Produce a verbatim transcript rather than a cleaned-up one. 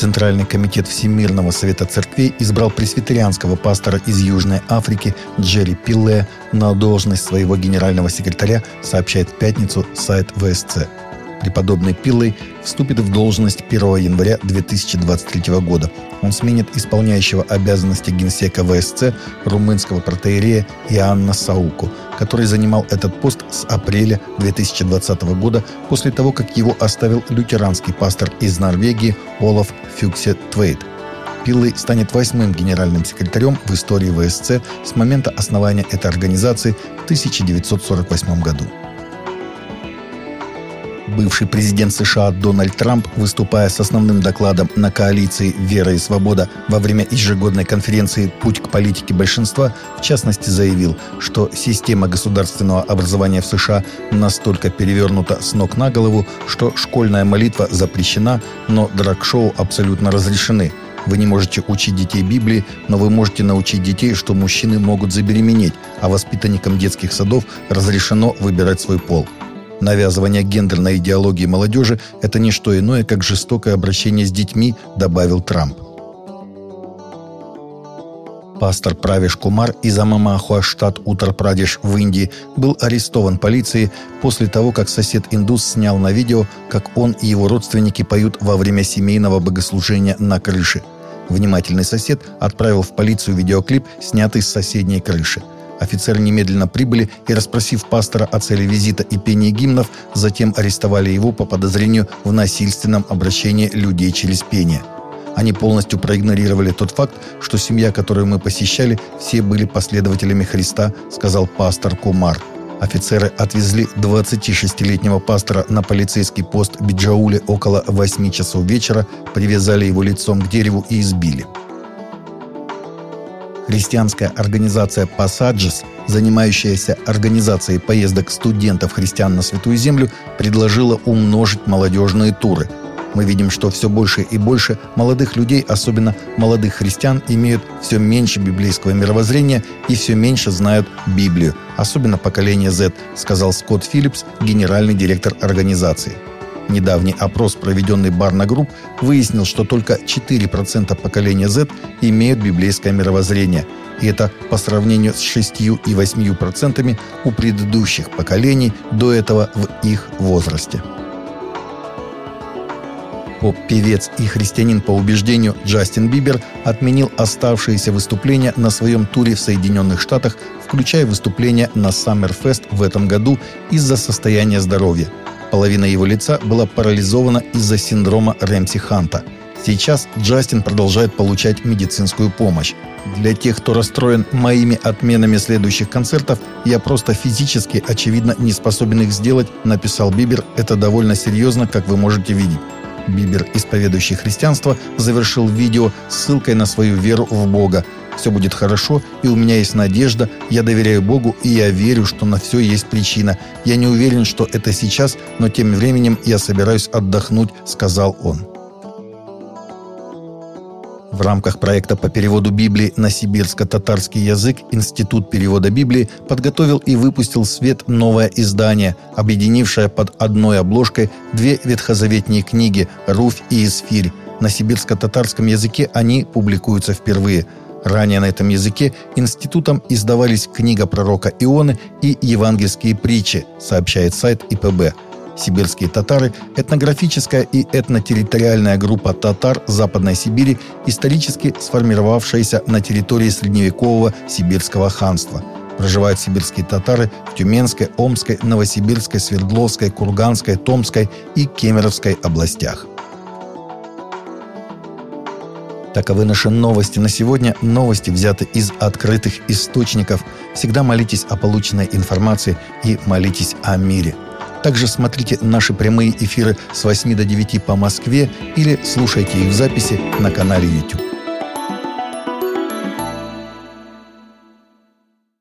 Центральный комитет Всемирного совета церквей избрал пресвитерианского пастора из Южной Африки Джерри Пиллея на должность своего генерального секретаря, сообщает в пятницу сайт вэ эс цэ. Преподобный Пиллей вступит в должность первого января две тысячи двадцать третьего года. Он сменит исполняющего обязанности генсека вэ эс цэ румынского протоиерея Иоанна Сауку, который занимал этот пост с апреля две тысячи двадцатого года после того, как его оставил лютеранский пастор из Норвегии Олаф Фюксе Твейт. Пиллей станет восьмым генеральным секретарем в истории вэ эс цэ с момента основания этой организации в тысяча девятьсот сорок восьмом году. Бывший президент США Дональд Трамп, выступая с основным докладом на коалиции «Вера и свобода» во время ежегодной конференции «Путь к политике большинства», в частности заявил, что система государственного образования в США настолько перевернута с ног на голову, что школьная молитва запрещена, но драг-шоу абсолютно разрешены. Вы не можете учить детей Библии, но вы можете научить детей, что мужчины могут забеременеть, а воспитанникам детских садов разрешено выбирать свой пол. Навязывание гендерной идеологии молодежи – это не что иное, как жестокое обращение с детьми, добавил Трамп. Пастор Правиш Кумар из Амамахуа, штат Уттар-Прадеш в Индии, был арестован полицией после того, как сосед-индус снял на видео, как он и его родственники поют во время семейного богослужения на крыше. Внимательный сосед отправил в полицию видеоклип, снятый с соседней крыши. Офицеры немедленно прибыли и, расспросив пастора о цели визита и пении гимнов, затем арестовали его по подозрению в насильственном обращении людей через пение. Они полностью проигнорировали тот факт, что семья, которую мы посещали, все были последователями Христа, сказал пастор Кумар. Офицеры отвезли двадцатишестилетнего пастора на полицейский пост в Биджауле около восьми часов вечера, привязали его лицом к дереву и избили. Христианская организация «Пассаджес», занимающаяся организацией поездок студентов-христиан на Святую Землю, предложила умножить молодежные туры. Мы видим, что все больше и больше молодых людей, особенно молодых христиан, имеют все меньше библейского мировоззрения и все меньше знают Библию, особенно поколение зет, сказал Скотт Филлипс, генеральный директор организации. Недавний опрос, проведенный Барна Групп, выяснил, что только четыре процента поколения зет имеют библейское мировоззрение. И это по сравнению с шестью и восьмью процентами у предыдущих поколений до этого в их возрасте. Поп-певец и христианин по убеждению Джастин Бибер отменил оставшиеся выступления на своем туре в Соединенных Штатах, включая выступления на Саммерфест в этом году из-за состояния здоровья. Половина его лица была парализована из-за синдрома Рэмси-Ханта. Сейчас Джастин продолжает получать медицинскую помощь. Для тех, кто расстроен моими отменами следующих концертов, я просто физически, очевидно, не способен их сделать, написал Бибер. Это довольно серьезно, как вы можете видеть. Бибер, исповедующий христианство, завершил видео ссылкой на свою веру в Бога. «Все будет хорошо, и у меня есть надежда, я доверяю Богу, и я верю, что на все есть причина. Я не уверен, что это сейчас, но тем временем я собираюсь отдохнуть», — сказал он. В рамках проекта по переводу Библии на сибирско-татарский язык Институт перевода Библии подготовил и выпустил в свет новое издание, объединившее под одной обложкой две ветхозаветные книги «Руфь» и «Исфирь». На сибирско-татарском языке они публикуются впервые. Ранее на этом языке институтом издавались книга пророка Ионы и евангельские притчи, сообщает сайт и пэ бэ. Сибирские татары – этнографическая и этнотерриториальная группа татар Западной Сибири, исторически сформировавшаяся на территории средневекового сибирского ханства. Проживают сибирские татары в Тюменской, Омской, Новосибирской, Свердловской, Курганской, Томской и Кемеровской областях. Таковы наши новости на сегодня. Новости взяты из открытых источников. Всегда молитесь о полученной информации и молитесь о мире. Также смотрите наши прямые эфиры с восьми до девяти по Москве или слушайте их в записи на канале YouTube.